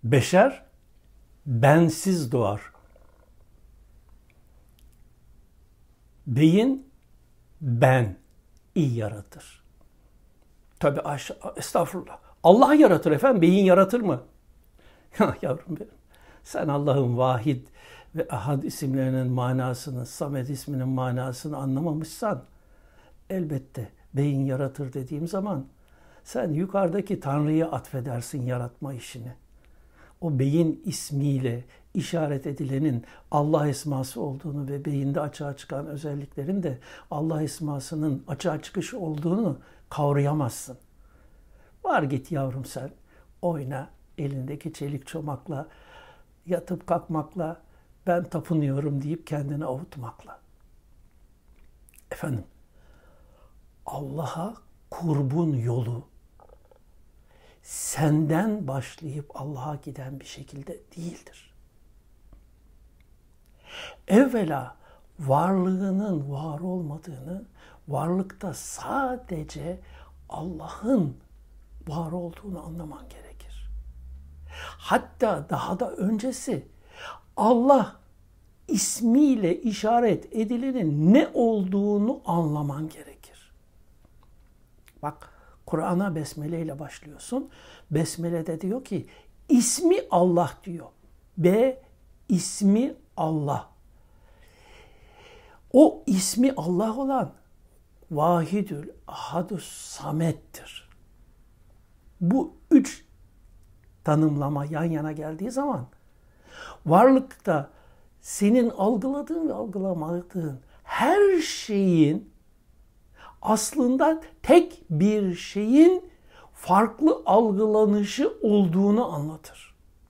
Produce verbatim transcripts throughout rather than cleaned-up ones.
Beşer bensiz doğar. Beyin ben iyi yaratır. Tabi aşağı, estağfurullah. Allah yaratır efendim, beyin yaratır mı? Ya yavrum benim, sen Allah'ın vahid ve ahad isimlerinin manasını, Samed isminin manasını anlamamışsan, elbette beyin yaratır dediğim zaman sen yukarıdaki Tanrı'ya atfedersin yaratma işini. O beyin ismiyle işaret edilenin Allah esması olduğunu ve beyinde açığa çıkan özelliklerin de Allah esmasının açığa çıkışı olduğunu kavrayamazsın. Var git yavrum sen, oyna elindeki çelik çomakla, yatıp kalkmakla, ben tapınıyorum deyip kendini avutmakla. Efendim, Allah'a kurbun yolu senden başlayıp Allah'a giden bir şekilde değildir. Evvela varlığının var olmadığını, varlıkta sadece Allah'ın var olduğunu anlaman gerekir. Hatta daha da öncesi Allah ismiyle işaret edilenin ne olduğunu anlaman gerekir. Bak, Kur'an'a Besmele ile başlıyorsun. Besmele'de diyor ki ismi Allah diyor. B ismi Allah. O ismi Allah olan Vahidül Ahadus Samet'tir. Bu üç tanımlama yan yana geldiği zaman varlıkta senin algıladığın ve algılamadığın her şeyin aslında tek bir şeyin farklı algılanışı olduğunu anlatır.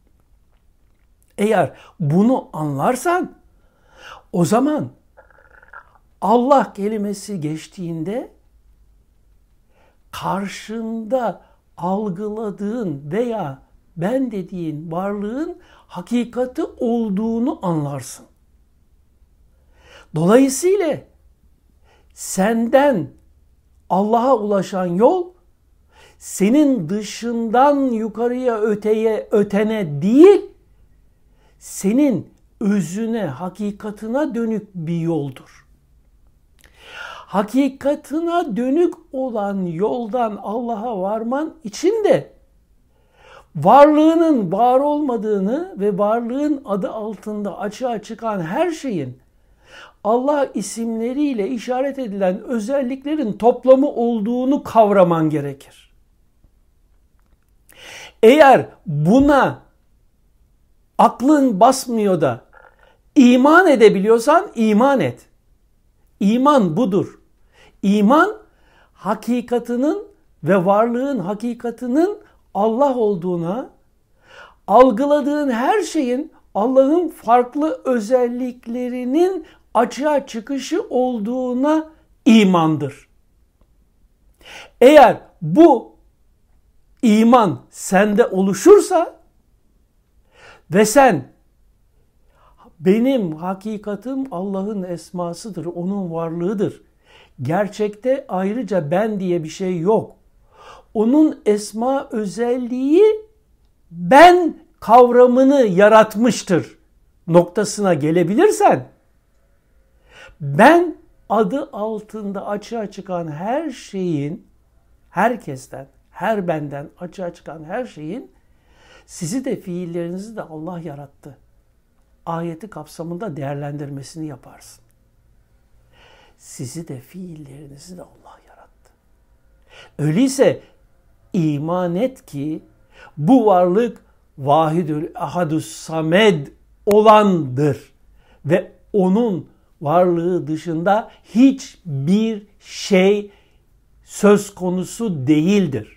Eğer bunu anlarsan o zaman Allah kelimesi geçtiğinde karşında algıladığın veya ben dediğin varlığın hakikati olduğunu anlarsın. Dolayısıyla senden Allah'a ulaşan yol senin dışından yukarıya öteye ötene değil, senin özüne, hakikatına dönük bir yoldur. Hakikatına dönük olan yoldan Allah'a varman için de varlığının var olmadığını ve varlığın adı altında açığa çıkan her şeyin Allah isimleriyle işaret edilen özelliklerin toplamı olduğunu kavraman gerekir. Eğer buna aklın basmıyor da iman edebiliyorsan iman et. İman budur. İman hakikatının ve varlığın hakikatinin Allah olduğuna, algıladığın her şeyin Allah'ın farklı özelliklerinin açığa çıkışı olduğuna imandır. Eğer bu iman sende oluşursa ve sen benim hakikatim Allah'ın esmasıdır, onun varlığıdır. Gerçekte ayrıca ben diye bir şey yok. Onun esma özelliği ben kavramını yaratmıştır noktasına gelebilirsen, ben adı altında açığa çıkan her şeyin, herkesten, her benden açığa çıkan her şeyin sizi de fiillerinizi de Allah yarattı ayeti kapsamında değerlendirmesini yaparsın. Sizi de fiillerinizi de Allah yarattı. Öyleyse iman et ki bu varlık Vahidül Ahadus Samed olandır ve onun varlığı dışında hiçbir şey söz konusu değildir.